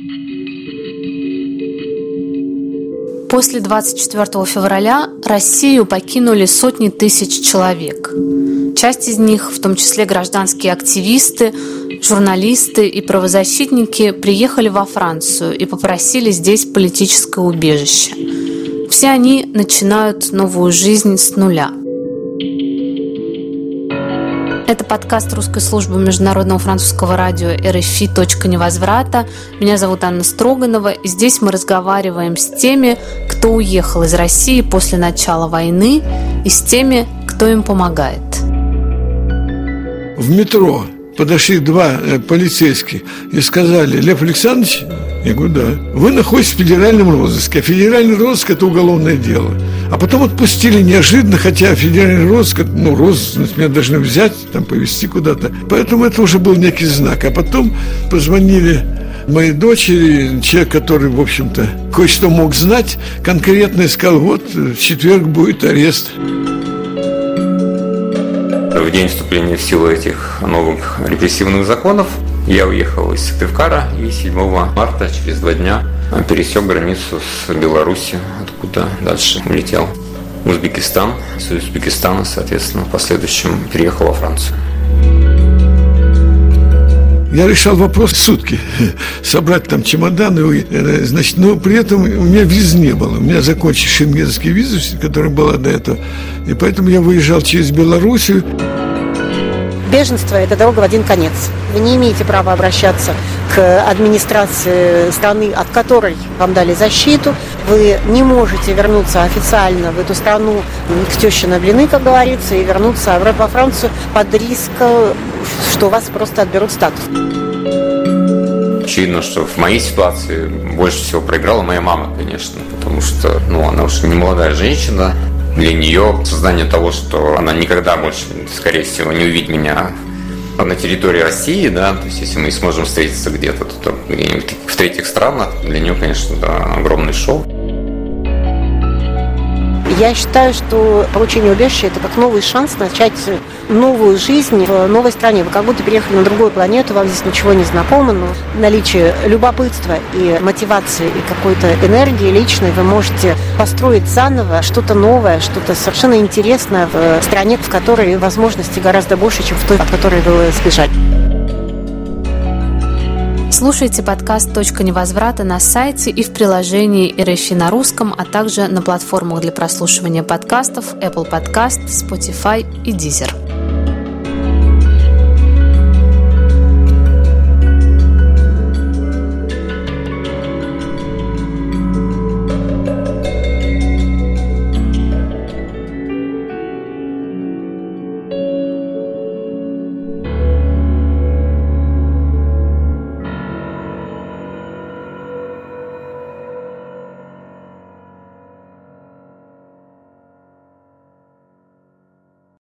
После 24 февраля Россию покинули сотни тысяч человек. Часть из них, в том числе гражданские активисты, журналисты и правозащитники, приехали во Францию и попросили здесь политическое убежище. Все они начинают новую жизнь с нуля. Это подкаст русской службы международного французского радио РФИ «Точка невозврата». Меня зовут Анна Строганова, и здесь мы разговариваем с теми, кто уехал из России после начала войны, и с теми, кто им помогает. В метро подошли два полицейских и сказали: Лев Александрович, я говорю, да, вы находитесь в федеральном розыске, а федеральный розыск – это уголовное дело. А потом отпустили неожиданно, хотя федеральный розыск, розыск меня должны взять, там, повезти куда-то. Поэтому это уже был некий знак. А потом позвонили моей дочери, человек, который, в общем-то, кое-что мог знать, конкретно и сказал: вот в четверг будет арест. В день вступления в силу этих новых репрессивных законов я уехал из Сыктывкара и 7 марта, через 2 дня, пересек границу с Беларусью, откуда дальше улетел в Узбекистан, с Узбекистана, соответственно, в последующем переехал во Францию. Я решал вопрос сутки, собрать там чемоданы, значит, но при этом у меня виз не было. У меня закончилась шенгенская виза, которая была до этого, и поэтому я выезжал через Белоруссию. Беженство – это дорога в один конец. Вы не имеете права обращаться к администрации страны, от которой вам дали защиту. Вы не можете вернуться официально в эту страну к теще на блины, как говорится, и вернуться обратно во Францию под риском, что у вас просто отберут статус. Очевидно, что в моей ситуации больше всего проиграла моя мама, конечно, потому что она уже не молодая женщина. Для нее сознание того, что она никогда больше, скорее всего, не увидит меня на территории России, да, то есть если мы сможем встретиться где-то где-нибудь в третьих странах, для нее, конечно, это огромный шок. Я считаю, что получение убежища – это как новый шанс начать новую жизнь в новой стране. Вы как будто переехали на другую планету, вам здесь ничего не знакомо, но наличие любопытства и мотивации, и какой-то энергии личной вы можете построить заново что-то новое, что-то совершенно интересное в стране, в которой возможностей гораздо больше, чем в той, от которой вы сбежали. Слушайте подкаст «Точка невозврата» на сайте и в приложении РФИ на русском, а также на платформах для прослушивания подкастов Apple Podcast, Spotify и Deezer.